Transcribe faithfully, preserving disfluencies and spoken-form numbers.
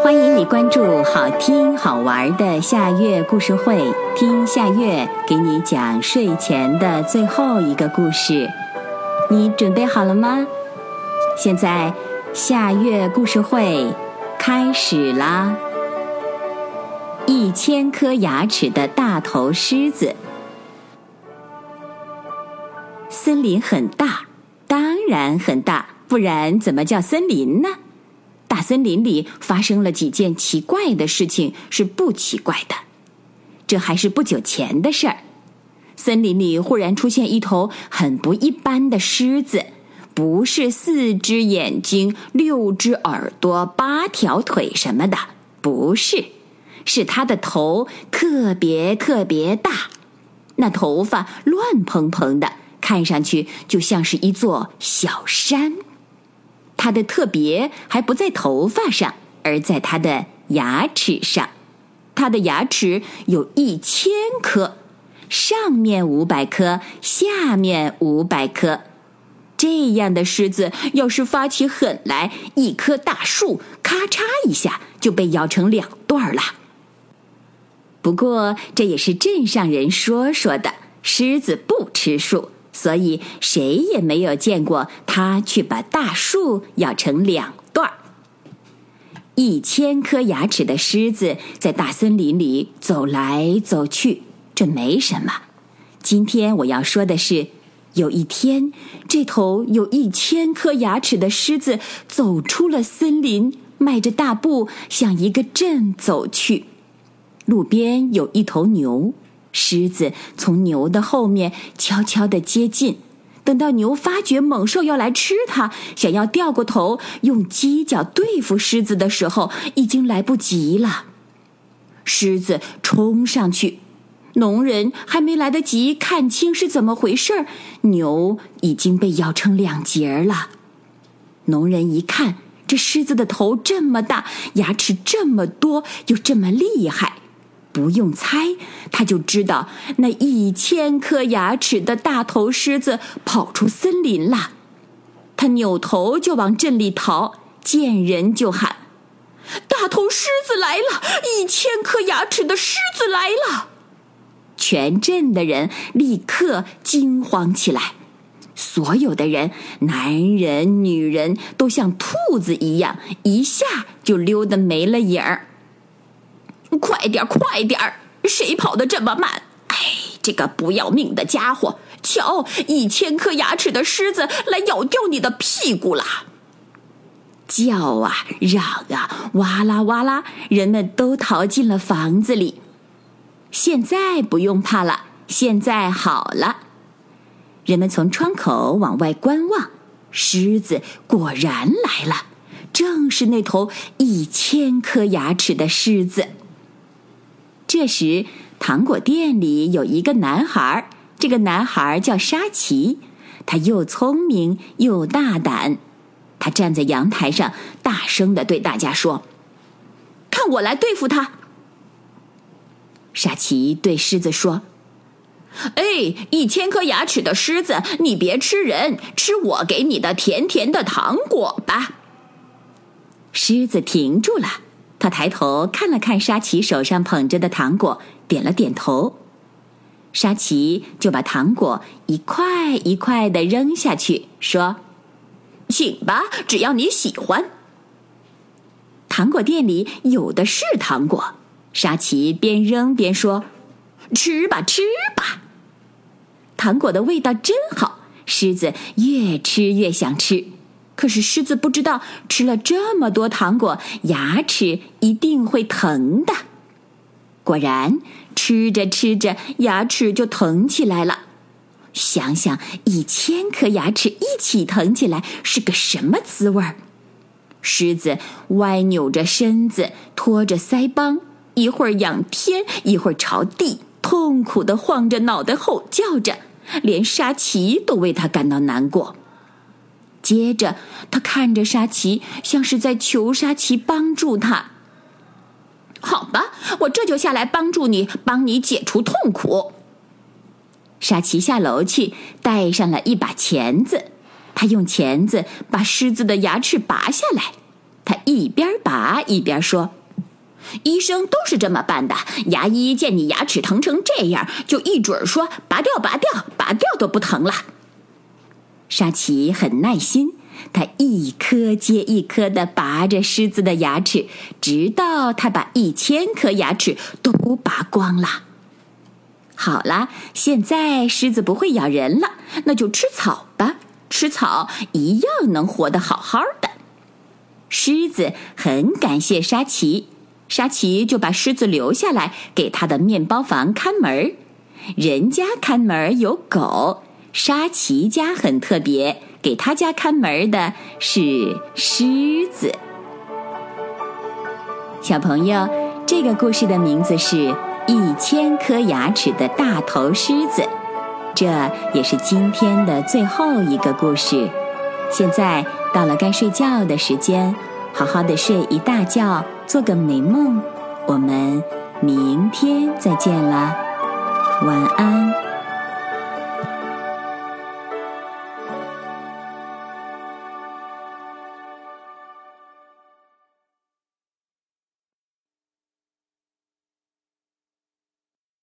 欢迎你关注好听好玩的夏月故事会，听夏月给你讲睡前的最后一个故事。你准备好了吗？现在夏月故事会开始啦！一千颗牙齿的大头狮子。森林很大，当然很大，不然怎么叫森林呢？大森林里发生了几件奇怪的事情，是不奇怪的。这还是不久前的事儿。森林里忽然出现一头很不一般的狮子，不是四只眼睛、六只耳朵、八条腿什么的，不是，是它的头特别特别大，那头发乱蓬蓬的，看上去就像是一座小山。它的特别还不在头发上，而在它的牙齿上。它的牙齿有一千颗，上面五百颗，下面五百颗。这样的狮子要是发起狠来，一棵大树咔嚓一下就被咬成两段了。不过这也是镇上人说说的，狮子不吃树，所以谁也没有见过它去把大树咬成两段。一千颗牙齿的狮子在大森林里走来走去，这没什么。今天我要说的是，有一天，这头有一千颗牙齿的狮子走出了森林，迈着大步向一个镇走去。路边有一头牛，狮子从牛的后面悄悄地接近，等到牛发觉猛兽要来吃它，想要掉过头用犄角对付狮子的时候，已经来不及了。狮子冲上去，农人还没来得及看清是怎么回事，牛已经被咬成两截了。农人一看，这狮子的头这么大，牙齿这么多，又这么厉害，不用猜，他就知道那一千颗牙齿的大头狮子跑出森林了。他扭头就往镇里逃，见人就喊：大头狮子来了！一千颗牙齿的狮子来了！全镇的人立刻惊慌起来，所有的人，男人女人，都像兔子一样，一下就溜得没了影儿。快点快点，谁跑得这么慢？哎，这个不要命的家伙，瞧，一千颗牙齿的狮子来咬掉你的屁股啦！叫啊嚷啊，哇啦哇啦，人们都逃进了房子里。现在不用怕了，现在好了。人们从窗口往外观望，狮子果然来了，正是那头一千颗牙齿的狮子。这时，糖果店里有一个男孩，这个男孩叫沙奇，他又聪明又大胆。他站在阳台上，大声地对大家说：看我来对付他。沙奇对狮子说：哎，一千颗牙齿的狮子，你别吃人，吃我给你的甜甜的糖果吧。狮子停住了，他抬头看了看沙奇手上捧着的糖果，点了点头。沙奇就把糖果一块一块地扔下去，说：请吧，只要你喜欢。糖果店里有的是糖果，沙奇边扔边说：吃吧吃吧。糖果的味道真好，狮子越吃越想吃。可是狮子不知道吃了这么多糖果，牙齿一定会疼的。果然，吃着吃着，牙齿就疼起来了。想想一千颗牙齿一起疼起来是个什么滋味儿？狮子歪扭着身子，拖着腮帮，一会儿仰天，一会儿朝地，痛苦地晃着脑袋吼叫着，连沙奇都为他感到难过。接着他看着沙奇，像是在求沙奇帮助他。好吧，我这就下来帮助你，帮你解除痛苦。沙奇下楼去，带上了一把钳子，他用钳子把狮子的牙齿拔下来。 他一边拔一边说：医生都是这么办的，牙医见你牙齿疼成这样，就一准说拔掉拔掉，拔掉都不疼了。沙琪很耐心，他一颗接一颗地拔着狮子的牙齿，直到他把一千颗牙齿都拔光了。好了，现在狮子不会咬人了，那就吃草吧，吃草一样能活得好好的。狮子很感谢沙琪，沙琪就把狮子留下来给他的面包房看门。人家看门有狗，沙琪家很特别，给他家看门的是狮子。小朋友，这个故事的名字是一千颗牙齿的大头狮子，这也是今天的最后一个故事。现在到了该睡觉的时间，好好的睡一大觉，做个美梦。我们明天再见了，晚安。